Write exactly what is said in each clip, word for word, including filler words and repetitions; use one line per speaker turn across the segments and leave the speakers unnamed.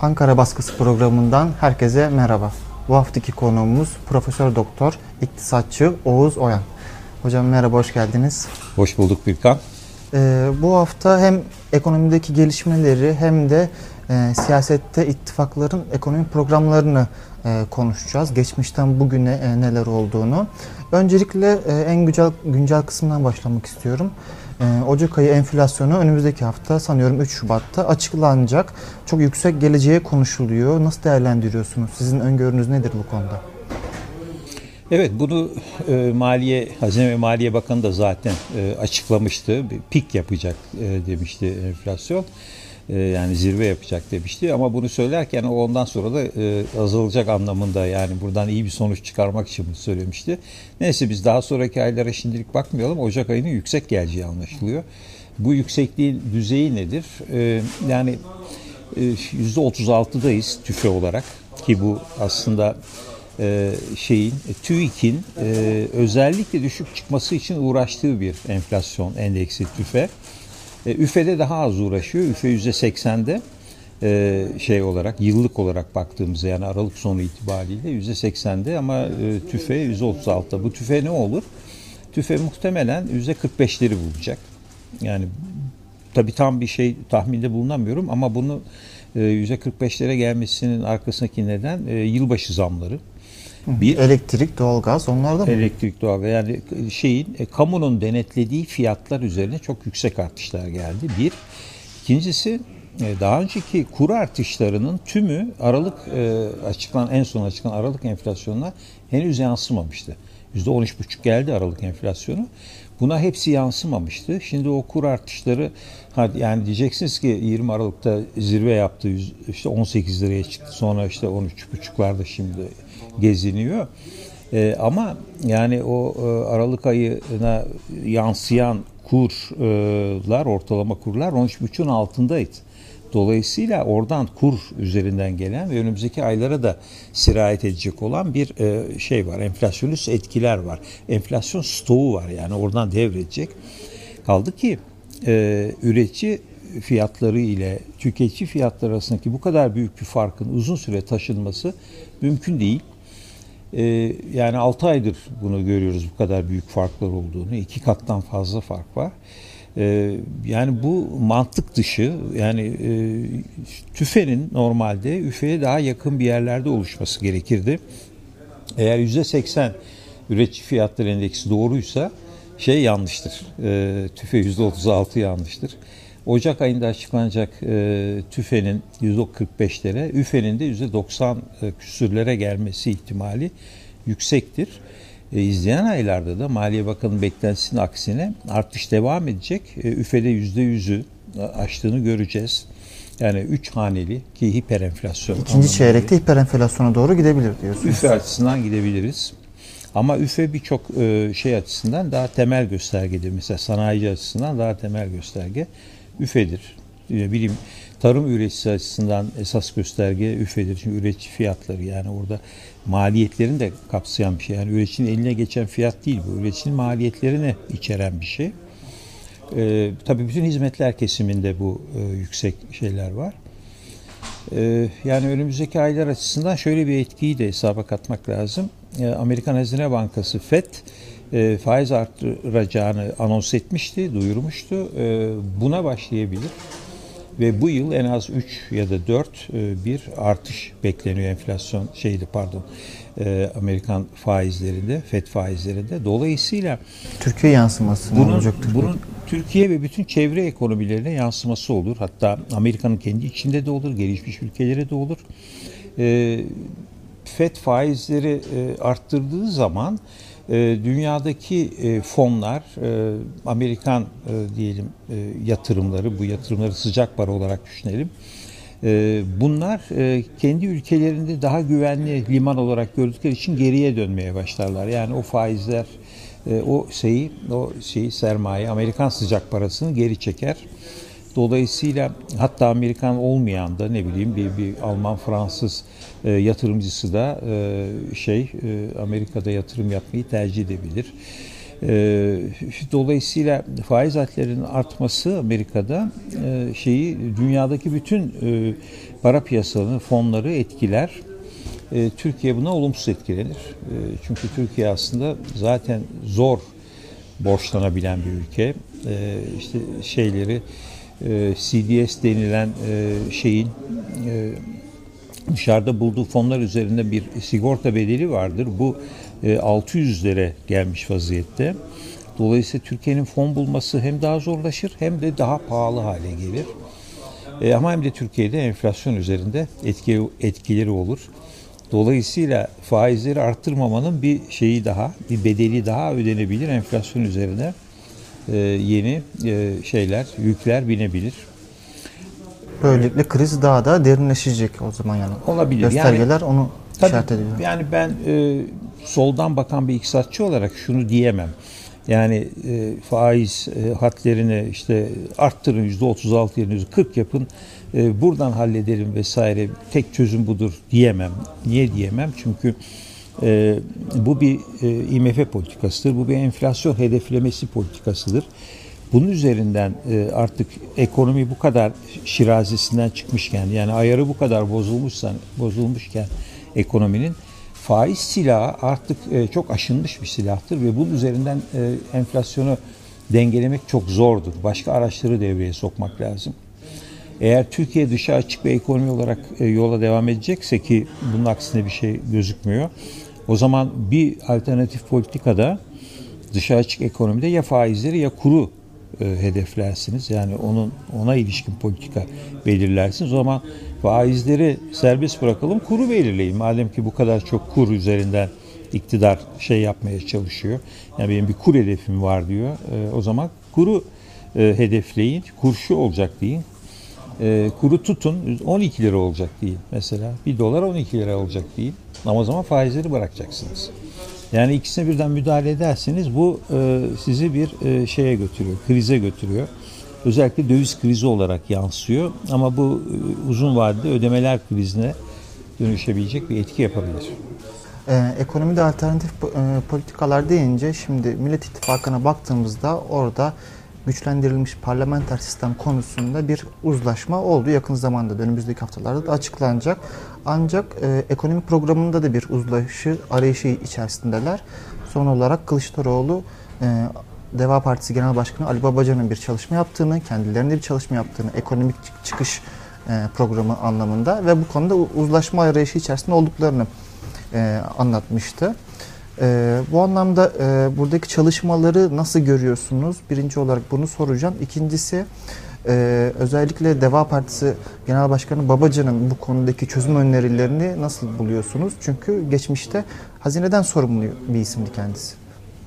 Ankara Baskısı programından herkese merhaba. Bu haftaki konuğumuz Profesör Doktor İktisatçı Oğuz Oyan. Hocam merhaba, hoş geldiniz.
Hoş bulduk Birkan.
Ee, bu hafta hem ekonomideki gelişmeleri hem de e, siyasette ittifakların ekonomi programlarını e, konuşacağız. Geçmişten bugüne e, neler olduğunu. Öncelikle e, en güncel, güncel kısımdan başlamak istiyorum. E, Ocak ayı enflasyonu önümüzdeki hafta sanıyorum üç Şubat'ta açıklanacak. Çok yüksek geleceği konuşuluyor. Nasıl değerlendiriyorsunuz? Sizin öngörünüz nedir bu konuda?
Evet, bunu e, Maliye, Hazine ve Maliye Bakanı da zaten e, açıklamıştı. Bir pik yapacak e, demişti enflasyon. E, yani zirve yapacak demişti. Ama bunu söylerken o ondan sonra da e, azalacak anlamında, yani buradan iyi bir sonuç çıkarmak için bunu söylemişti. Neyse, biz daha sonraki aylara şimdilik bakmayalım. Ocak ayının yüksek geleceği anlaşılıyor. Bu yüksekliğin düzeyi nedir? E, yani e, yüzde otuz altıdayız tüfe olarak, ki bu aslında Ee, şeyin TÜİK'in e, özellikle düşük çıkması için uğraştığı bir enflasyon endeksi tüfe. E, üfede daha az uğraşıyor. Üfe yüzde seksende e, şey olarak, yıllık olarak baktığımızda, yani Aralık sonu itibariyle yüzde seksende, ama e, tüfe yüzde otuz altıda. Bu tüfe ne olur? Tüfe muhtemelen yüzde kırk beşleri bulacak. Yani tabii tam bir şey tahminde bulunamıyorum, ama bunu e, yüzde kırk beşlere gelmesinin arkasındaki neden e, yılbaşı zamları.
Bir, elektrik, doğalgaz, onlar da mı?
Elektrik, doğalgaz, yani şeyin e, kamunun denetlediği fiyatlar üzerine çok yüksek artışlar geldi. Bir. İkincisi, e, daha önceki kur artışlarının tümü Aralık e, açıklanan en son açıklanan Aralık enflasyonuna henüz yansımamıştı. yüzde on üç buçuk geldi Aralık enflasyonu. Buna hepsi yansımamıştı. Şimdi o kur artışları, yani diyeceksiniz ki yirmi Aralık'ta zirve yaptı, işte on sekiz liraya çıktı, sonra işte on üç buçuklarda şimdi geziniyor. Ee, ama yani o e, Aralık ayına yansıyan kurlar, ortalama kurlar on üç buçuğun altındaydı. Dolayısıyla oradan kur üzerinden gelen ve önümüzdeki aylara da sirayet edecek olan bir e, şey var. Enflasyonist etkiler var. Enflasyon stoğu var, yani oradan devredecek. Kaldı ki e, üretici fiyatları ile tüketici fiyatları arasındaki bu kadar büyük bir farkın uzun süre taşınması mümkün değil. E, yani altı aydır bunu görüyoruz, bu kadar büyük farklar olduğunu. iki kattan fazla fark var. Yani bu mantık dışı, yani e, tüfenin normalde üfeye daha yakın bir yerlerde oluşması gerekirdi. Eğer yüzde seksen üretici fiyatları endeksi doğruysa şey yanlıştır. E, tüfe yüzde otuz altı yanlıştır. Ocak ayında açıklanacak e, tüfenin yüzde kırk beşlere, üfenin de yüzde doksan küsürlere gelmesi ihtimali yüksektir. E, izleyen aylarda da Maliye Bakanı'nın beklentisinin aksine artış devam edecek. E, üfede yüzde yüzü aştığını göreceğiz. Yani üç haneli ki hiperenflasyon.
İkinci çeyrekte hiperenflasyona doğru gidebilir diyorsunuz.
Üfe açısından gidebiliriz. Ama üfe birçok e, şey açısından daha temel göstergedir. Mesela sanayici açısından daha temel gösterge üfedir. E, bilim Tarım üreticisi açısından esas gösterge üfedir. Çünkü üretici fiyatları, yani orada maliyetlerini de kapsayan bir şey. Yani üreticinin eline geçen fiyat değil bu. Üreticinin maliyetlerini içeren bir şey. Ee, tabii bütün hizmetler kesiminde bu e, yüksek şeyler var. Ee, yani önümüzdeki aylar açısından şöyle bir etkiyi de hesaba katmak lazım. Ee, Amerikan Hazine Bankası Fed e, faiz arttıracağını anons etmişti, duyurmuştu. Ee, buna başlayabilir. Ve bu yıl en az üç ya da dört bir artış bekleniyor enflasyon şeydi pardon Amerikan faizlerinde, Fed faizlerinde. Dolayısıyla
Türkiye yansıması
bunun,
olacak? Türkiye?
Bunun Türkiye ve bütün çevre ekonomilerine yansıması olur. Hatta Amerika'nın kendi içinde de olur, gelişmiş ülkelere de olur. Fed faizleri arttırdığı zaman dünyadaki fonlar, Amerikan diyelim yatırımları, bu yatırımları sıcak para olarak düşünelim. Bunlar kendi ülkelerinde daha güvenli liman olarak gördükleri için geriye dönmeye başlarlar. Yani o faizler, o şeyi, o şeyi sermaye, Amerikan sıcak parasını geri çeker. Dolayısıyla hatta Amerikan olmayan da ne bileyim bir, bir Alman, Fransız e, yatırımcısı da e, şey e, Amerika'da yatırım yapmayı tercih edebilir. Dolayısıyla faiz hatlarının artması Amerika'da şeyi dünyadaki bütün para piyasalarının fonları etkiler. Türkiye buna olumsuz etkilenir. Çünkü Türkiye aslında zaten zor borçlanabilen bir ülke. İşte şeyleri C D S denilen şeyin dışarıda bulduğu fonlar üzerinde bir sigorta bedeli vardır. Bu altı yüzlere gelmiş vaziyette. Dolayısıyla Türkiye'nin fon bulması hem daha zorlaşır hem de daha pahalı hale gelir. E, ama hem de Türkiye'de enflasyon üzerinde etki, etkileri olur. Dolayısıyla faizleri arttırmamanın bir şeyi daha, bir bedeli daha ödenebilir. Enflasyon üzerine e, yeni e, şeyler, yükler binebilir.
Böylelikle kriz daha da derinleşecek o zaman yani.
Olabilir.
Göstergeler yani, onu
tabii,
işaret ediyor.
Yani ben e, soldan bakan bir iktisatçı olarak şunu diyemem. Yani e, faiz e, hatlarını işte arttırın yüzde otuz altı yerine yüzde kırk yapın. E, buradan halledelim vesaire. Tek çözüm budur diyemem. Niye diyemem? Çünkü e, bu bir e, I M F politikasıdır. Bu bir enflasyon hedeflemesi politikasıdır. Bunun üzerinden e, artık ekonomi bu kadar şirazesinden çıkmışken, yani ayarı bu kadar bozulmuşsan, bozulmuşken ekonominin faiz silahı artık e, çok aşınmış bir silahtır ve bunun üzerinden e, enflasyonu dengelemek çok zordur. Başka araçları devreye sokmak lazım. Eğer Türkiye dışa açık bir ekonomi olarak e, yola devam edecekse, ki bunun aksine bir şey gözükmüyor, o zaman bir alternatif politikada dışa açık ekonomide ya faizleri ya kuru e, hedeflersiniz. Yani onun ona ilişkin politika belirlersiniz. O zaman faizleri serbest bırakalım, kuru belirleyin. Madem ki bu kadar çok kur üzerinden iktidar şey yapmaya çalışıyor. Yani benim bir kur hedefim var diyor. E, o zaman kuru e, hedefleyin. Kur şu olacak deyin. E, kuru tutun, on iki lira olacak deyin mesela. Bir dolar on iki lira olacak deyin. Ama o zaman faizleri bırakacaksınız. Yani ikisine birden müdahale ederseniz bu e, sizi bir e, şeye götürüyor, krize götürüyor. Özellikle döviz krizi olarak yansıyor. Ama bu e, uzun vadede ödemeler krizine dönüşebilecek bir etki yapabilir.
Ee, ekonomide alternatif e, politikalar deyince şimdi Millet İttifakı'na baktığımızda orada güçlendirilmiş parlamenter sistem konusunda bir uzlaşma oldu. Yakın zamanda, önümüzdeki haftalarda da açıklanacak. Ancak e, ekonomi programında da bir uzlaşı arayışı içerisindeler. Son olarak Kılıçdaroğlu, e, Deva Partisi Genel Başkanı Ali Babacan'ın bir çalışma yaptığını, kendilerinde bir çalışma yaptığını, ekonomik çıkış e, programı anlamında ve bu konuda uzlaşma arayışı içerisinde olduklarını e, anlatmıştı. Ee, bu anlamda e, buradaki çalışmaları nasıl görüyorsunuz? Birinci olarak bunu soracağım. İkincisi, e, özellikle Deva Partisi Genel Başkanı Babacan'ın bu konudaki çözüm önerilerini nasıl buluyorsunuz? Çünkü geçmişte hazineden sorumlu bir isimdi kendisi.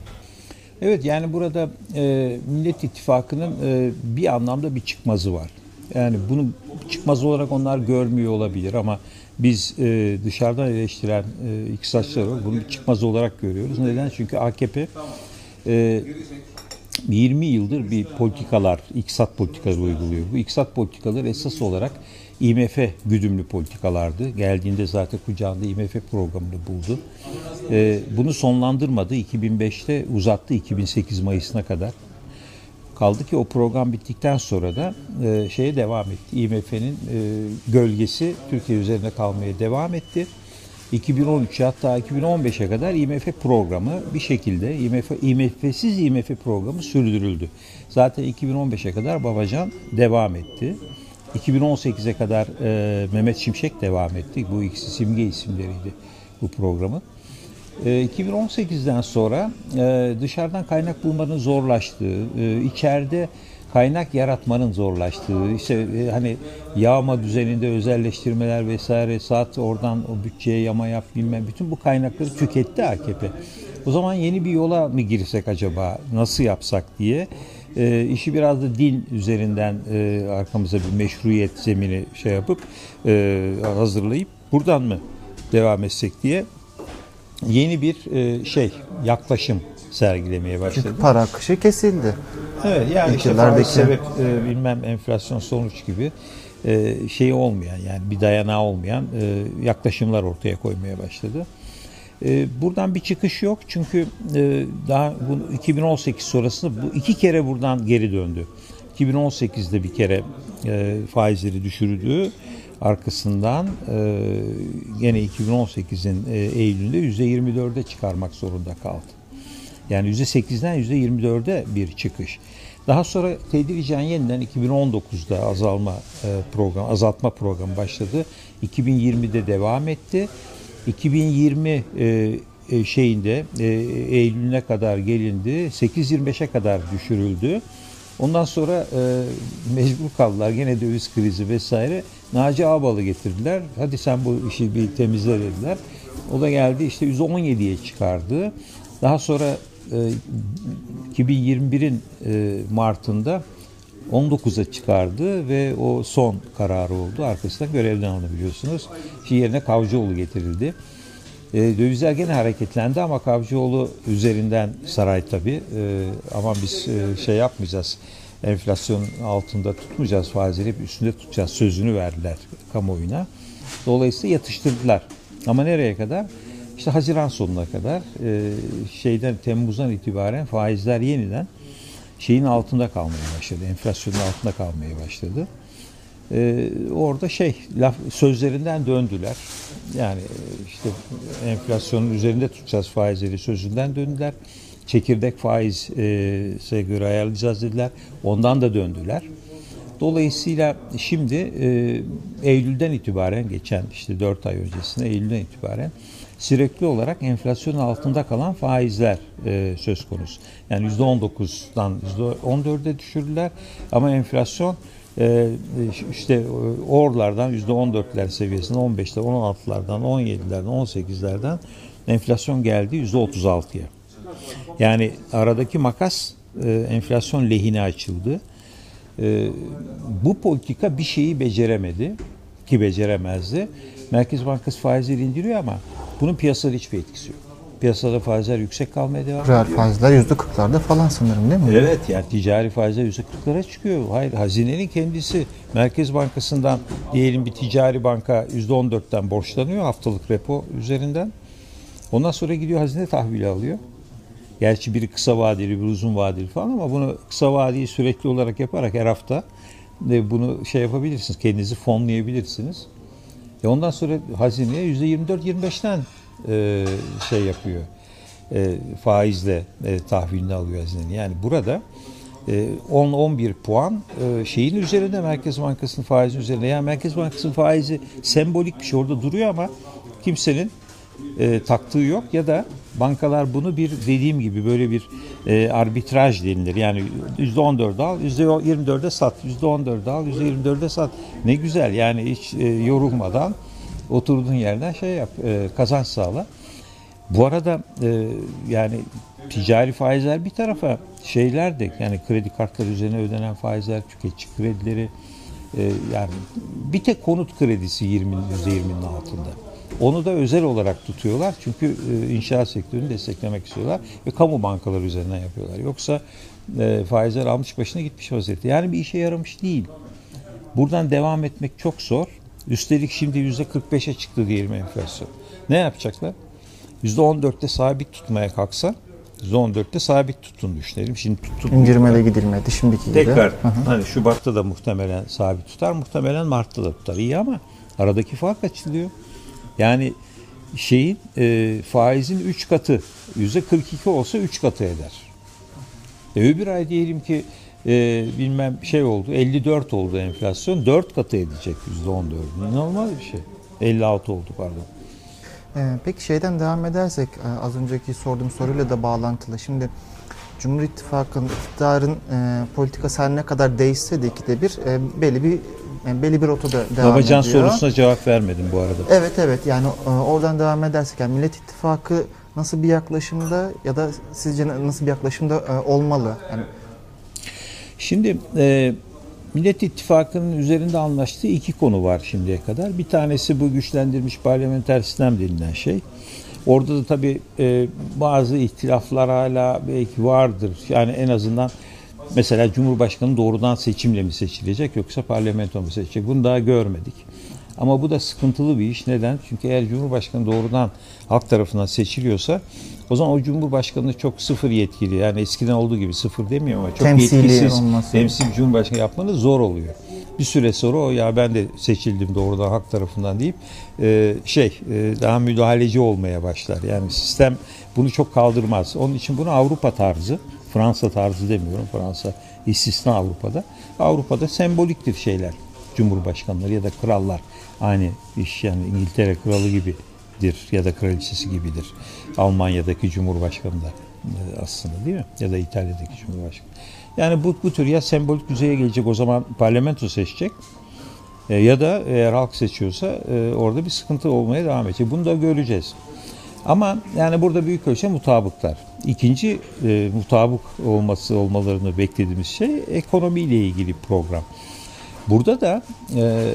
Evet, yani burada e, Millet İttifakı'nın e, bir anlamda bir çıkmazı var. Yani bunu çıkmaz olarak onlar görmüyor olabilir ama biz e, dışarıdan eleştiren e, iktisatçılar bunu bir çıkmaz olarak görüyoruz. Neden? Çünkü A K P e, yirmi yıldır bir politikalar, iktisat politikaları uyguluyor. Bu iktisat politikaları esas olarak I M F güdümlü politikalardı. Geldiğinde zaten kucağında I M F programını buldu. E, bunu sonlandırmadı. iki bin beşte uzattı iki bin sekiz Mayıs'ına kadar. Kaldı ki o program bittikten sonra da e, şeye devam etti. I M F'nin e, gölgesi Türkiye üzerinde kalmaya devam etti. iki bin on üç hatta iki bin on beşe kadar I M F programı bir şekilde I M F I M F'siz I M F programı sürdürüldü. Zaten iki bin on beşe kadar Babacan devam etti. iki bin on sekize kadar e, Mehmet Şimşek devam etti. Bu ikisi simge isimleriydi bu programın. iki bin on sekizden sonra dışarıdan kaynak bulmanın zorlaştığı, içeride kaynak yaratmanın zorlaştığı, işte hani yağma düzeninde özelleştirmeler vesaire, saat oradan o bütçeye yama yap bilmem, bütün bu kaynakları tüketti A K P. O zaman yeni bir yola mı girsek acaba, nasıl yapsak diye işi biraz da din üzerinden arkamıza bir meşruiyet zemini şey yapıp hazırlayıp buradan mı devam etsek diye yeni bir e, şey, yaklaşım sergilemeye başladı.
Çünkü para akışı kesildi.
Evet, yani işte faiz sebep e, bilmem enflasyon sonuç gibi e, şeyi olmayan, yani bir dayanağı olmayan e, yaklaşımlar ortaya koymaya başladı. E, buradan bir çıkış yok çünkü e, daha bu iki bin on sekiz sonrasında bu iki kere buradan geri döndü. iki bin on sekizde bir kere e, faizleri düşürdü. Arkasından e, yine iki bin on sekizin e, Eylül'ünde yüzde yirmi dörde çıkarmak zorunda kaldı. Yani yüzde sekizden yüzde yirmi dörde bir çıkış. Daha sonra tedricen yeniden iki bin on dokuzda azalma e, program, azaltma programı başladı. iki bin yirmide devam etti. iki bin yirmi e, e, şeyinde e, Eylül'üne kadar gelindi. sekiz yirmi beşe kadar düşürüldü. Ondan sonra e, mecbur kaldılar. Gene döviz krizi vesaire. Naci Ağbal'ı getirdiler. Hadi sen bu işi bir temizle dediler. O da geldi işte yüzde on yediye çıkardı. Daha sonra e, iki bin yirmi birin e, Mart'ında on dokuza çıkardı ve o son kararı oldu. Arkasından görevden alındı biliyorsunuz. Şimdi yerine Kavcıoğlu getirildi. E, dövizler gene hareketlendi ama Kavcıoğlu üzerinden saray tabii. E, ama biz e, şey yapmayacağız. Enflasyon altında tutmayacağız, faizleri hep üstünde tutacağız sözünü verdiler kamuoyuna. Dolayısıyla yatıştırdılar. Ama nereye kadar? İşte Haziran sonuna kadar e, şeyden Temmuz'dan itibaren faizler yeniden şeyin altında kalmaya başladı. Enflasyonun altında kalmaya başladı. E, orada şey laf sözlerinden döndüler. Yani işte enflasyonun üzerinde tutacağız faizleri sözünden döndüler. Çekirdek faize göre ayarlayacağız dediler. Ondan da döndüler. Dolayısıyla şimdi e, Eylül'den itibaren geçen işte dört ay öncesinde Eylül'den itibaren sürekli olarak enflasyonun altında kalan faizler e, söz konusu. Yani yüzde on dokuzdan yüzde on dörde düşürdüler ama enflasyon e, işte oralardan yüzde on dörtler seviyesinde on beşler, on altılardan, on yedilerden, on sekizlerden enflasyon geldi yüzde otuz altıya. Yani aradaki makas e, enflasyon lehine açıldı. E, bu politika bir şeyi beceremedi ki beceremezdi. Merkez Bankası faizleri indiriyor ama bunun piyasada hiçbir etkisi yok. Piyasada faizler yüksek kalmaya devam ediyor.
Reel faizler yüzde kırklarda falan sanırım değil mi?
Evet yani ticari faizler yüzde kırklara çıkıyor. Hayır hazinenin kendisi Merkez Bankası'ndan diyelim bir ticari banka yüzde on dörtten borçlanıyor haftalık repo üzerinden. Ondan sonra gidiyor hazine tahvili alıyor. Gerçi biri kısa vadeli, bir uzun vadeli falan ama bunu kısa vadeli sürekli olarak yaparak her hafta bunu şey yapabilirsiniz. Kendinizi fonlayabilirsiniz. E ondan sonra hazineye yüzde yirmi dört yirmi beşten e, şey yapıyor. E, faizle e, tahvilini alıyor hazinenin. Yani burada e, on on bir puan e, şeyin üzerinde Merkez Bankası'nın faizi üzerinde. Yani Merkez Bankası'nın faizi sembolik bir şey orada duruyor ama kimsenin e, taktığı yok ya da bankalar bunu bir dediğim gibi böyle bir e, arbitraj denilir. Yani yüzde on dörde al, yüzde yirmi dörde sat, yüzde on dörde al, yüzde yirmi dörde sat. Ne güzel yani hiç e, yorulmadan oturduğun yerden şey yap, e, kazanç sağla. Bu arada e, yani ticari faizler bir tarafa şeyler de yani kredi kartları üzerine ödenen faizler, tüketici kredileri e, yani bir tek konut kredisi yirmi yüzde yirminin altında. Onu da özel olarak tutuyorlar çünkü e, inşaat sektörünü desteklemek istiyorlar ve kamu bankaları üzerinden yapıyorlar. Yoksa e, faizler almış başına gitmiş vaziyette. Yani bir işe yaramış değil. Buradan devam etmek çok zor. Üstelik şimdi yüzde kırk beşe çıktı diyelim enflasyon. Ne yapacaklar? yüzde on dörtte sabit tutmaya kalksa yüzde on dörtte sabit tutun düşünelim. Şimdi tut,
İndirmede gidilmedi şimdiki gibi.
Tekrar hani Şubat'ta da muhtemelen sabit tutar, muhtemelen Mart'ta da tutar. İyi ama aradaki fark açılıyor. Yani şeyin e, faizin üç katı yüzde kırk iki olsa üç katı eder. E, öbür ay diyelim ki e, bilmem şey oldu elli dört oldu enflasyon dört katı edecek yüzde on dört. İnanılmaz bir şey. elli altı oldu pardon.
Ee, peki şeyden devam edersek az önceki sorduğum soruyla da bağlantılı. Şimdi Cumhur İttifakı'nın iktidarın e, politikası her ne kadar değişse de ikide bir e, belli bir yani belli bir rotada devam
Babacan
ediyor.
sorusuna cevap vermedim bu arada.
Evet evet yani e, oradan devam edersek yani Millet İttifakı nasıl bir yaklaşımda ya da sizce nasıl bir yaklaşımda e, olmalı? Yani
Şimdi e, Millet İttifakı'nın üzerinde anlaştığı iki konu var şimdiye kadar. Bir tanesi bu güçlendirilmiş parlamenter sistem denilen şey. Orada da tabii e, bazı ihtilaflar hala belki vardır. Yani en azından mesela Cumhurbaşkanı doğrudan seçimle mi seçilecek yoksa parlamento mu seçilecek? Bunu daha görmedik. Ama bu da sıkıntılı bir iş. Neden? Çünkü eğer Cumhurbaşkanı doğrudan halk tarafından seçiliyorsa o zaman o Cumhurbaşkanı çok sıfır yetkili. Yani eskiden olduğu gibi sıfır demiyorum ama çok
Temsili
yetkisiz,
olması.
temsil Cumhurbaşkanı yapmanız zor oluyor. Bir süre sonra o ya ben de seçildim doğrudan halk tarafından deyip e, şey e, daha müdahaleci olmaya başlar. Yani sistem bunu çok kaldırmaz. Onun için bunu Avrupa tarzı, Fransa tarzı demiyorum. Fransa istisna Avrupa'da. Avrupa'da semboliktir şeyler. Cumhurbaşkanları ya da krallar aynı iş, yani İngiltere kralı gibidir ya da kraliçesi gibidir. Almanya'daki Cumhurbaşkanı da aslında, değil mi? Ya da İtalya'daki Cumhurbaşkanı. Yani bu, bu tür ya sembolik düzeye gelecek, o zaman parlamento seçecek e, ya da eğer halk seçiyorsa e, orada bir sıkıntı olmaya devam edecek. Bunu da göreceğiz. Ama yani burada büyük ölçüde mutabıklar. İkinci e, mutabık olması olmalarını beklediğimiz şey ekonomiyle ilgili program. Burada da e,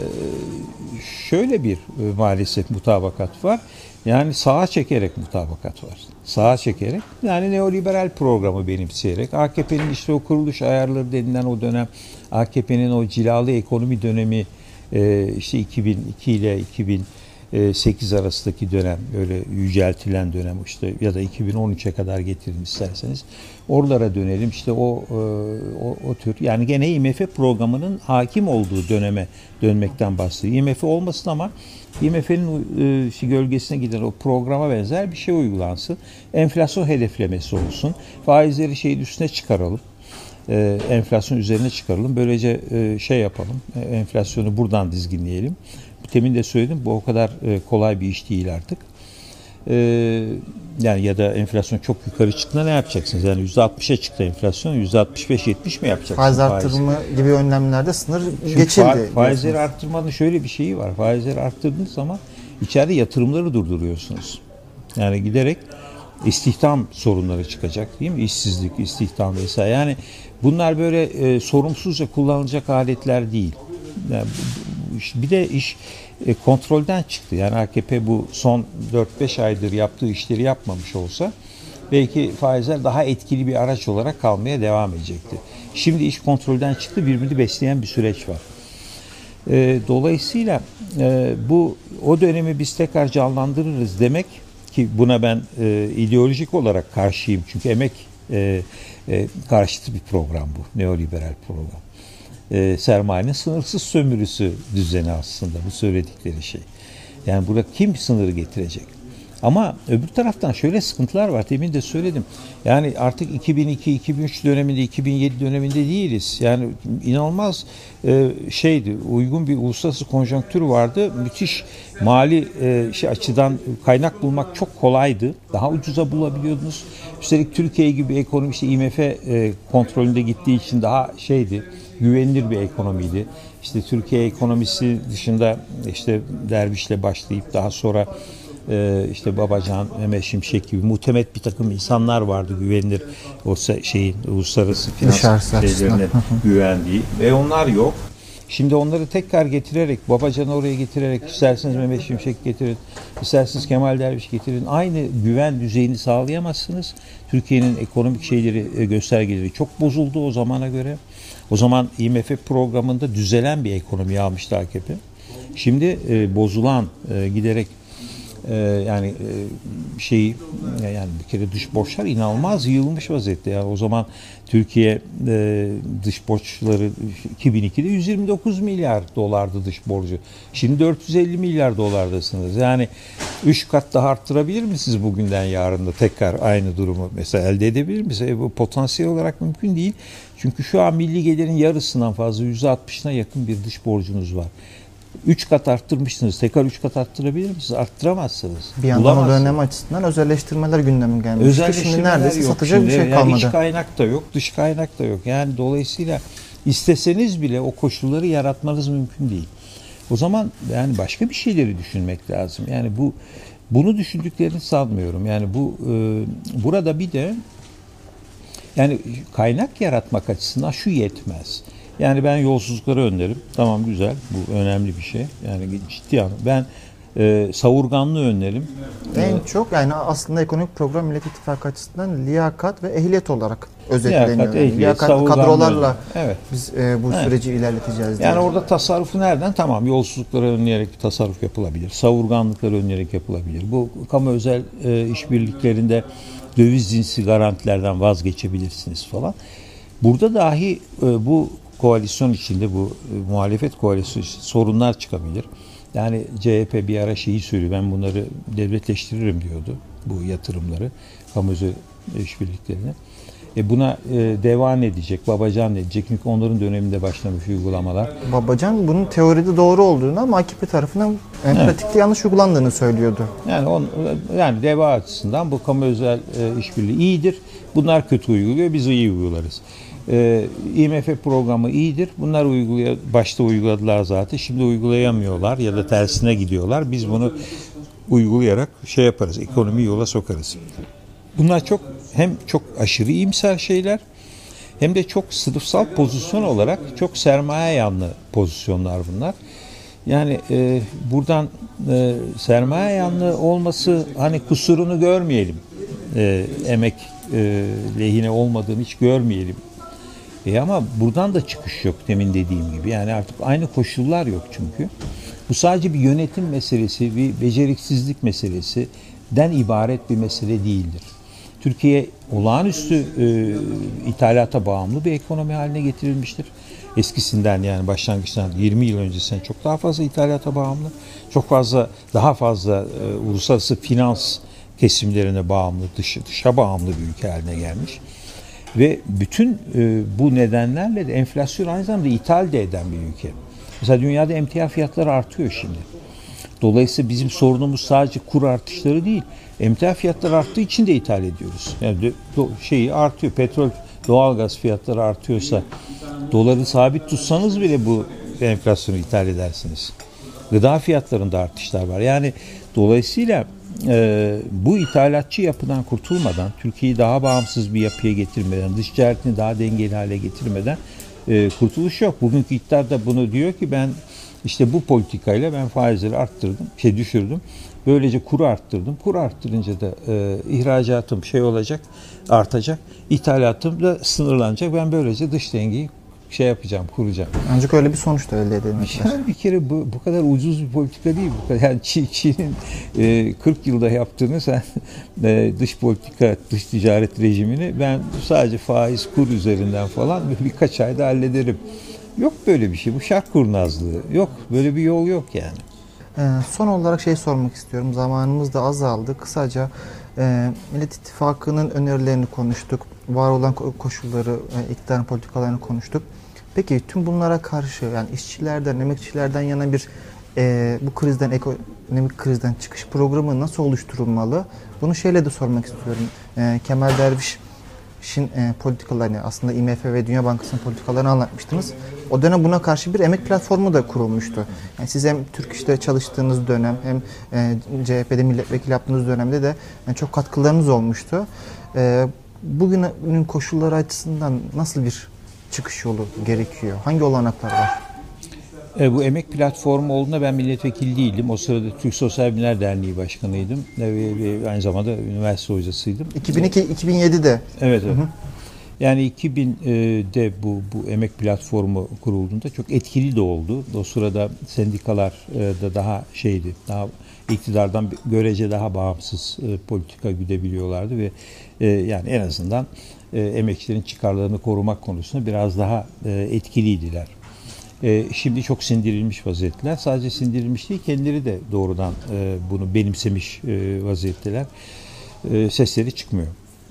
şöyle bir e, maalesef mutabakat var. Yani sağa çekerek mutabakat var. Sağa çekerek, yani neoliberal programı benimseyerek, A K P'nin işte o kuruluş ayarları denilen o dönem, A K P'nin o cilalı ekonomi dönemi, e, işte iki bin iki ile iki bin sekiz arasındaki dönem, öyle yüceltilen dönem işte, ya da iki bin on üçe kadar getirin isterseniz. Oralara dönelim. İşte o, o o tür, yani gene I M F programının hakim olduğu döneme dönmekten bahsediyor. I M F olmasın ama I M F'nin e, gölgesine giden o programa benzer bir şey uygulansın. Enflasyon hedeflemesi olsun. Faizleri şeyin üstüne çıkaralım. E, enflasyon üzerine çıkaralım. Böylece e, şey yapalım. E, enflasyonu buradan dizginleyelim. Temin de söyledim, bu o kadar e, kolay bir iş değil artık. E, yani ya da enflasyon çok yukarı çıktığında ne yapacaksınız? Yani yüzde altmışa çıktı enflasyon, yüzde altmış beş yetmiş mi yapacaksınız?
Faiz artırımı gibi önlemlerde sınır
Şimdi
geçildi.
Fa- faizleri arttırmanın şöyle bir şeyi var. Faizleri arttırdığınız zaman içeride yatırımları durduruyorsunuz. Yani giderek istihdam sorunları çıkacak, değil mi? İşsizlik, istihdam vesaire. Yani bunlar böyle e, sorumsuzca kullanılacak aletler değil. Yani bir de iş e, kontrolden çıktı. Yani A K P bu son dört beş aydır yaptığı işleri yapmamış olsa belki faizler daha etkili bir araç olarak kalmaya devam edecekti. Şimdi iş kontrolden çıktı, birbirini besleyen bir süreç var. E, dolayısıyla e, bu o dönemi biz tekrar canlandırırız demek ki buna ben e, ideolojik olarak karşıyım. Çünkü emek e, e, karşıtı bir program bu, neoliberal program. E, sermayenin sınırsız sömürüsü düzeni aslında bu söyledikleri şey. Yani burada kim sınırı getirecek? Ama öbür taraftan şöyle sıkıntılar var. Demin de söyledim. Yani artık iki bin iki iki bin üç döneminde, iki bin yedi döneminde değiliz. Yani inanılmaz e, şeydi. Uygun bir uluslararası konjonktür vardı. Müthiş mali e, şey açıdan kaynak bulmak çok kolaydı. Daha ucuza bulabiliyordunuz. Üstelik Türkiye gibi ekonomi işte I M F e, kontrolünde gittiği için daha şeydi. Güvenilir bir ekonomiydi. İşte Türkiye ekonomisi dışında işte Derviş'le başlayıp daha sonra e, işte Babacan, Mehmet Şimşek gibi muhtemet bir takım insanlar vardı, güvenilir o şeyin uluslararası finans şeylerine güvendiği ve onlar yok. Şimdi onları tekrar getirerek, Babacan'ı oraya getirerek, isterseniz Mehmet Şimşek getirin, isterseniz Kemal Derviş getirin, aynı güven düzeyini sağlayamazsınız. Türkiye'nin ekonomik şeyleri, göstergeleri çok bozuldu o zamana göre. O zaman I M F programında düzelen bir ekonomi almıştı A K P. Şimdi e, bozulan, e, giderek e, yani e, şeyi yani bir kere dış borçlar inanılmaz yığılmış vaziyette. Yani o zaman Türkiye e, dış borçları iki bin ikide yüz yirmi dokuz milyar dolardı dış borcu. Şimdi dört yüz elli milyar dolardasınız. Yani üç kat daha arttırabilir misiniz bugünden yarın da tekrar aynı durumu mesela elde edebilir misiniz? E, bu potansiyel olarak mümkün değil. Çünkü şu an milli gelirin yarısından fazla, yüzde altmışına yakın bir dış borcunuz var. Üç kat arttırmışsınız. Tekrar üç kat arttırabilir misiniz? Arttıramazsınız.
Bir yandan o dönem açısından özelleştirmeler gündeme gelmiş.
Özelleştirmeler
Şimdi neredeyse
yok.
satacak
Şimdi
bir şey
yani
kalmadı.
iç kaynak da yok, dış kaynak da yok. Yani dolayısıyla isteseniz bile o koşulları yaratmanız mümkün değil. O zaman yani başka bir şeyleri düşünmek lazım. Yani bu bunu düşündüklerini sanmıyorum. Yani bu e, burada bir de yani kaynak yaratmak açısından şu yetmez. Yani ben yolsuzlukları önlerim. Tamam, güzel. Bu önemli bir şey. Yani ciddi anlamda. Ben e, savurganlığı önlerim.
En çok yani aslında ekonomik program Millet İttifakı açısından liyakat ve ehliyet olarak özetleniyor.
Liyakat,
Yani
ehliyet,
liyakatli kadrolarla
evet.
biz e, bu
Evet.
süreci ilerleteceğiz diye.
Yani orada tasarrufu nereden? Tamam, yolsuzlukları önleyerek bir tasarruf yapılabilir. Savurganlıkları önleyerek yapılabilir. Bu kamu özel e, işbirliklerinde döviz cinsi garantilerden vazgeçebilirsiniz falan. Burada dahi e, bu koalisyon içinde, bu e, muhalefet koalisyonu içinde sorunlar çıkabilir. Yani C H P bir ara şeyi söylüyor, ben bunları devletleştiririm diyordu, bu yatırımları, kamu özel işbirliklerini. E buna e, devam edecek, Babacan edecek. Çünkü onların döneminde başlamış uygulamalar.
Babacan bunun teoride doğru olduğunu ama A K P tarafından e,
Evet.
pratikte yanlış uygulandığını söylüyordu.
Yani on, yani deva açısından bu kamu özel e, işbirliği iyidir. Bunlar kötü uyguluyor, biz iyi uygularız. E, I M F programı iyidir. Bunlar uygulaya, başta uyguladılar zaten. Şimdi uygulayamıyorlar ya da tersine gidiyorlar. Biz bunu uygulayarak şey yaparız, ekonomiyi yola sokarız. Bunlar çok hem çok aşırı iyimser şeyler, hem de çok sınıfsal pozisyon olarak çok sermaye yanlı pozisyonlar bunlar. Yani e, buradan e, sermaye yanlı olması, hani kusurunu görmeyelim, e, emek e, lehine olmadığını hiç görmeyelim. E ama buradan da çıkış yok, demin dediğim gibi. Yani artık aynı koşullar yok çünkü. Bu sadece bir yönetim meselesi, bir beceriksizlik meselesinden ibaret bir mesele değildir. Türkiye olağanüstü e, ithalata bağımlı bir ekonomi haline getirilmiştir. Eskisinden, yani başlangıçtan yirmi yıl öncesinden çok daha fazla ithalata bağımlı. Çok fazla, daha fazla e, uluslararası finans kesimlerine bağımlı, dışa, dışa bağımlı bir ülke haline gelmiş. Ve bütün e, bu nedenlerle de enflasyon aynı zamanda ithal de eden bir ülke. Mesela dünyada emtia fiyatları artıyor şimdi. Dolayısıyla bizim sorunumuz sadece kur artışları değil. Emtia fiyatları arttığı için de ithal ediyoruz. Yani de, do, şeyi artıyor. Petrol, doğalgaz fiyatları artıyorsa doları sabit tutsanız bile bu enflasyonu ithal edersiniz. Gıda fiyatlarında artışlar var. Yani dolayısıyla e, bu ithalatçı yapıdan kurtulmadan, Türkiye'yi daha bağımsız bir yapıya getirmeden, dış ticaretini daha dengeli hale getirmeden e, kurtuluş yok. Bugünkü iktidar da bunu diyor ki ben işte bu politikayla ben faizleri arttırdım, şey düşürdüm. Böylece kuru arttırdım. Kuru arttırınca da e, ihracatım şey olacak, artacak. İthalatım da sınırlanacak. Ben böylece dış dengeyi şey yapacağım, kuracağım.
Ancak öyle bir sonuç da elde edilmişler.
Yani bir kere bu, bu kadar ucuz bir politika değil. Bu kadar. Yani Çin, Çin'in e, kırk yılda yaptığını sen e, dış politika, dış ticaret rejimini ben sadece faiz, kur üzerinden falan birkaç ayda hallederim. Yok böyle bir şey. Bu şark kurnazlığı. Yok. Böyle bir yol yok yani.
Ee, son olarak şey sormak istiyorum. Zamanımız da azaldı. Kısaca e, Millet İttifakı'nın önerilerini konuştuk. Var olan koşulları, e, iktidarın politikalarını konuştuk. Peki tüm bunlara karşı, yani işçilerden, emekçilerden yana bir e, bu krizden, ekonomik krizden çıkış programı nasıl oluşturulmalı? Bunu şeyle de sormak istiyorum. E, Kemal Derviş Şin e, politikalarını, aslında I M F ve Dünya Bankası'nın politikalarını anlatmıştınız. O dönem buna karşı bir emek platformu da kurulmuştu. Yani siz hem Türk İş'te çalıştığınız dönem hem e, C H P'de milletvekili yaptığınız dönemde de yani çok katkılarınız olmuştu. E, bugünün koşulları açısından nasıl bir çıkış yolu gerekiyor? Hangi olanaklar var?
E, bu emek platformu olduğunda ben milletvekili değildim. O sırada Türk Sosyal Bilimler Derneği Başkanıydım. E, ve, ve aynı zamanda üniversite hocasıydım.
iki bin iki iki bin yedi'de.
Evet, evet. Hı hı. Yani iki binde bu bu emek platformu kurulduğunda çok etkili de oldu. O sırada sendikalar da daha şeydi, daha iktidardan görece daha bağımsız politika güdebiliyorlardı ve yani en azından emekçilerin çıkarlarını korumak konusunda biraz daha etkiliydiler. Şimdi çok sindirilmiş vaziyetteler. Sadece sindirilmiş değil, kendileri de doğrudan bunu benimsemiş vaziyetteler. Sesleri çıkmıyor.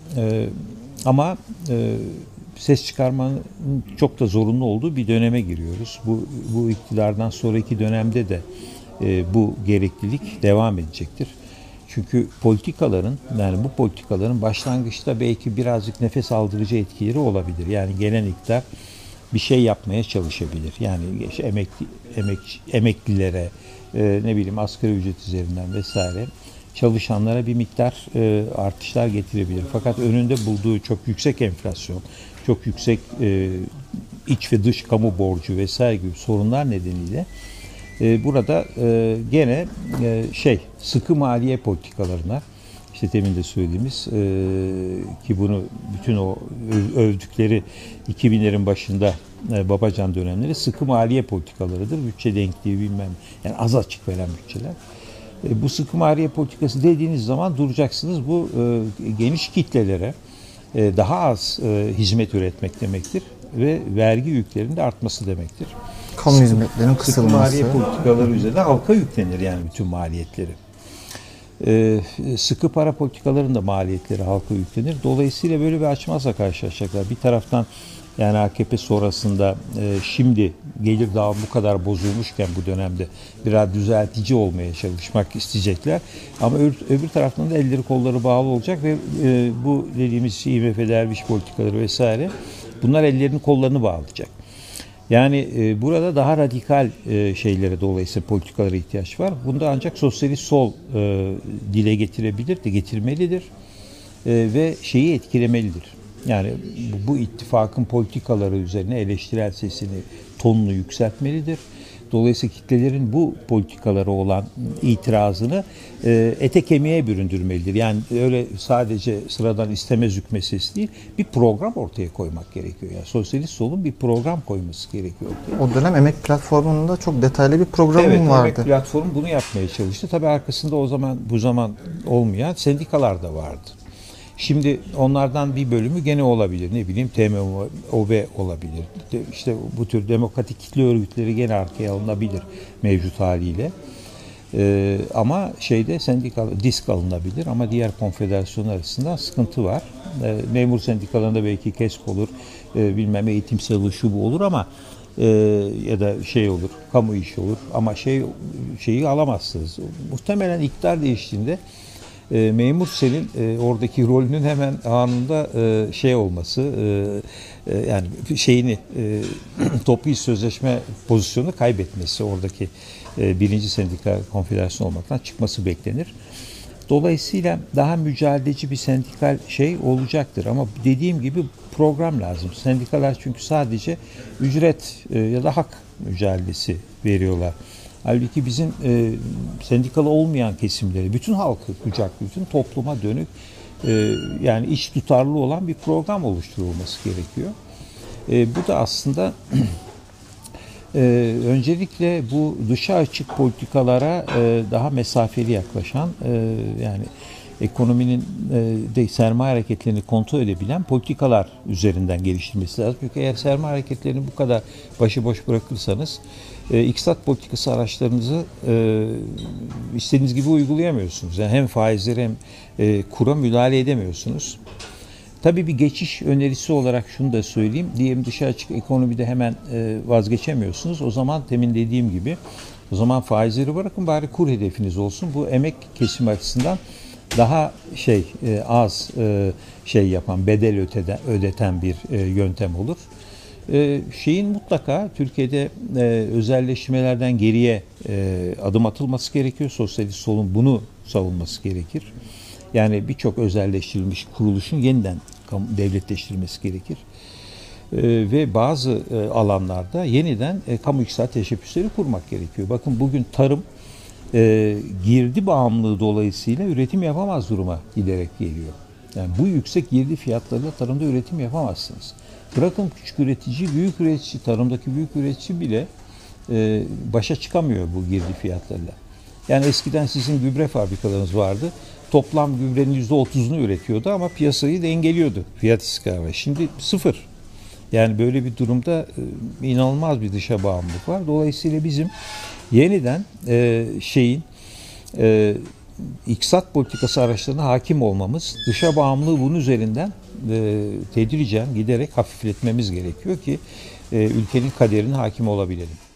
Ama e, ses çıkarmanın çok da zorunlu olduğu bir döneme giriyoruz. Bu, bu iktidardan sonraki dönemde de e, bu gereklilik devam edecektir. Çünkü politikaların, yani bu politikaların başlangıçta belki birazcık nefes aldırıcı etkileri olabilir. Yani gelen iktidar bir şey yapmaya çalışabilir. Yani emekli, emek, emeklilere, e, ne bileyim asgari ücret üzerinden vesaire çalışanlara bir miktar e, artışlar getirebilir. Fakat önünde bulduğu çok yüksek enflasyon, çok yüksek e, iç ve dış kamu borcu vesaire gibi sorunlar nedeniyle E, burada e, gene e, şey sıkı maliye politikalarına, işte demin de söylediğimiz e, ki bunu bütün o övdükleri iki binlerin başında e, Babacan dönemleri sıkı maliye politikalarıdır. Bütçe denkliği bilmem, yani az açık veren bütçeler. E, bu sıkı maliye politikası dediğiniz zaman duracaksınız bu e, geniş kitlelere e, daha az e, hizmet üretmek demektir ve vergi yüklerinin de artması demektir.
Kamu hizmetlerinin kısılması.
Sıkı maliye politikaları üzerinde halka yüklenir yani bütün maliyetleri. Ee, sıkı para politikalarının da maliyetleri halka yüklenir. Dolayısıyla böyle bir açmazla karşılaşacaklar. Bir taraftan yani A K P sonrasında e, şimdi gelir daha bu kadar bozulmuşken bu dönemde biraz düzeltici olmaya çalışmak isteyecekler. Ama öbür, öbür taraftan da elleri kolları bağlı olacak ve e, bu dediğimiz I M F derviş politikaları vesaire bunlar ellerini kollarını bağlayacak. Yani e, burada daha radikal e, şeylere dolayısıyla politikalara ihtiyaç var. Bunda ancak sosyalist sol e, dile getirebilir de getirmelidir e, ve şeyi etkilemelidir. Yani bu, bu ittifakın politikaları üzerine eleştirel sesini, tonunu yükseltmelidir. Dolayısıyla kitlelerin bu politikalara olan itirazını e, ete kemiğe büründürmelidir. Yani öyle sadece sıradan istemez hük meselesi değil, bir program ortaya koymak gerekiyor. Yani sosyalist solun bir program koyması gerekiyor ortaya.
O dönem Emek Platformu'nda çok detaylı bir programım
evet,
vardı.
Evet, Emek Platformu bunu yapmaya çalıştı. Tabii arkasında o zaman bu zaman olmayan sendikalar da vardı. Şimdi onlardan bir bölümü gene olabilir. Ne bileyim T M O B olabilir. İşte bu tür demokratik kitle örgütleri gene arkaya alınabilir mevcut haliyle. Ee, ama şeyde sendikal disk alınabilir ama diğer konfederasyonlar arasında sıkıntı var. Ee, memur sendikalarında belki KESK olur, e, bilmem eğitimsel şu bu olur ama e, ya da şey olur, kamu işi olur ama şey şeyi alamazsınız. Muhtemelen iktidar değiştiğinde E, memur selin e, oradaki rolünün hemen anında e, şey olması e, e, yani şeyini e, toplu iş sözleşme pozisyonunu kaybetmesi oradaki e, birinci sendika konfederasyon olmaktan çıkması beklenir. Dolayısıyla daha mücadeleci bir sendikal şey olacaktır ama dediğim gibi program lazım. Sendikalar çünkü sadece ücret e, ya da hak mücadelesi veriyorlar. Halbuki bizim e, sendikalı olmayan kesimleri, bütün halkı kucaklıyor, bütün topluma dönük e, yani iç tutarlı olan bir program oluşturulması gerekiyor. E, bu da aslında e, öncelikle bu dışa açık politikalara e, daha mesafeli yaklaşan e, yani ekonominin e, de sermaye hareketlerini kontrol edebilen politikalar üzerinden geliştirmesi lazım. Çünkü eğer sermaye hareketlerini bu kadar başıboş bırakırsanız e, iktisat politikası araçlarınızı e, istediğiniz gibi uygulayamıyorsunuz. Yani hem faizleri hem e, kura müdahale edemiyorsunuz. Tabii bir geçiş önerisi olarak şunu da söyleyeyim. Diyelim dışa açık ekonomide hemen e, vazgeçemiyorsunuz. O zaman temin dediğim gibi o zaman faizleri bırakın bari kur hedefiniz olsun. Bu emek kesimi açısından daha şey e, az e, şey yapan, bedel öteden, ödeten bir e, yöntem olur. E, şeyin mutlaka Türkiye'de e, özelleştirmelerden geriye e, adım atılması gerekiyor. Sosyalist solun bunu savunması gerekir. Yani birçok özelleştirilmiş kuruluşun yeniden devletleştirilmesi gerekir. E, ve bazı e, alanlarda yeniden e, kamu iktisat teşebbüsleri kurmak gerekiyor. Bakın bugün tarım e, girdi bağımlılığı dolayısıyla üretim yapamaz duruma giderek geliyor. Yani bu yüksek girdi fiyatlarıyla tarımda üretim yapamazsınız. Bırakın küçük üretici, büyük üretici, tarımdaki büyük üretici bile e, başa çıkamıyor bu girdi fiyatlarıyla. Yani eskiden sizin gübre fabrikalarınız vardı. Toplam gübrenin yüzde otuzunu üretiyordu ama piyasayı dengeliyordu fiyat istikrarı. Şimdi sıfır. Yani böyle bir durumda e, inanılmaz bir dışa bağımlılık var. Dolayısıyla bizim yeniden e, şeyin e, iktisat politikası araçlarına hakim olmamız, dışa bağımlılığı bunun üzerinden e, tedricen giderek hafifletmemiz gerekiyor ki e, ülkenin kaderine hakim olabilelim.